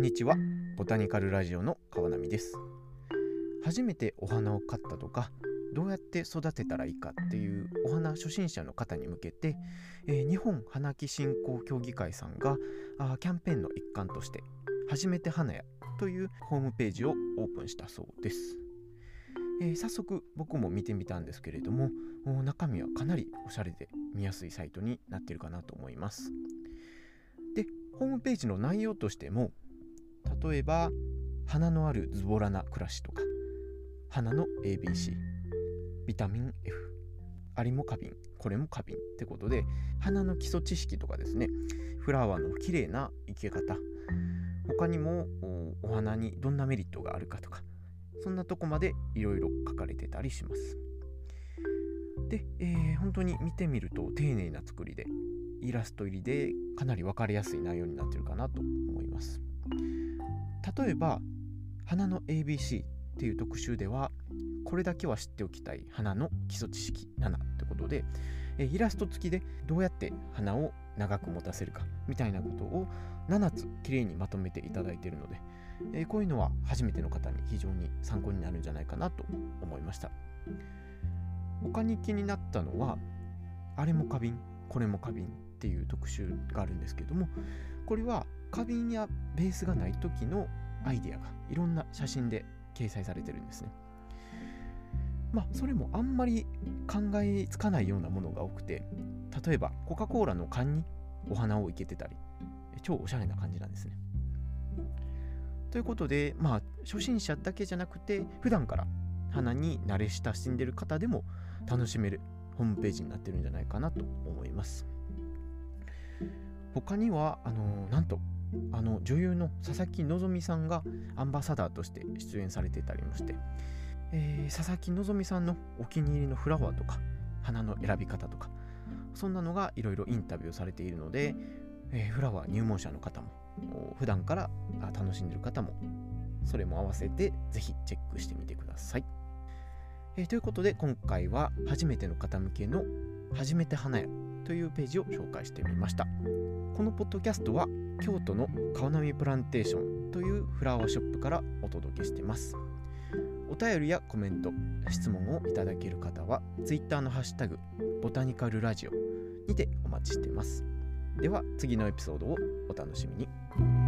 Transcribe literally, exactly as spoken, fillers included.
にちは。ボタニカルラジオの川波です。初めてお花を買ったとか、どうやって育てたらいいかっていうお花初心者の方に向けて、えー日本花木振興協議会さんがあーキャンペーンの一環として初めて花屋というホームページをオープンしたそうです。えー早速僕も見てみたんですけれども、お中身はかなりおしゃれで見やすいサイトになっているかなと思います。で、ホームページの内容としても、例えば花のあるズボラな暮らしとか、花の エービーシー、 ビタミン エフ、 ありも花瓶、これも花瓶ってことで、花の基礎知識とかですね、フラワーの綺麗な生け方、他にもおお花にどんなメリットがあるかとか、そんなとこまでいろいろ書かれてたりします。で、えー本当に見てみると丁寧な作りで、イラスト入りでかなり分かりやすい内容になっているかなと思います。例えば花の エービーシー っていう特集では、これだけは知っておきたい花の基礎知識ななってことで、えイラスト付きでどうやって花を長く持たせるかみたいなことをななつきれいにまとめていただいているので、えーこういうのは初めての方に非常に参考になるんじゃないかなと思いました。他に気になったのは、あれも花瓶、これも花瓶っていう特集があるんですけども、これは花瓶やベースがない時のアイデアがいろんな写真で掲載されてるんですね。まあそれもあんまり考えつかないようなものが多くて、例えばコカ・コーラの缶にお花を生けてたり、超おしゃれな感じなんですね。ということで、まあ初心者だけじゃなくて、普段から花に慣れ親しんでる方でも楽しめるホームページになってるんじゃないかなと思います。他にはあのーなんとあの女優の佐々木希さんがアンバサダーとして出演されてたりもして、えー佐々木希さんのお気に入りのフラワーとか花の選び方とか、そんなのがいろいろインタビューされているので、えーフラワー入門者の方もお普段からあ楽しんでいる方もそれも合わせてぜひチェックしてみてください。えーということで、今回は初めての方向けの初めて花屋というページを紹介してみました。このポッドキャストは京都の川波プランテーションというフラワーショップからお届けしています。お便りやコメント、質問をいただける方は Twitter のハッシュタグボタニカルラジオにてお待ちしています。では次のエピソードをお楽しみに。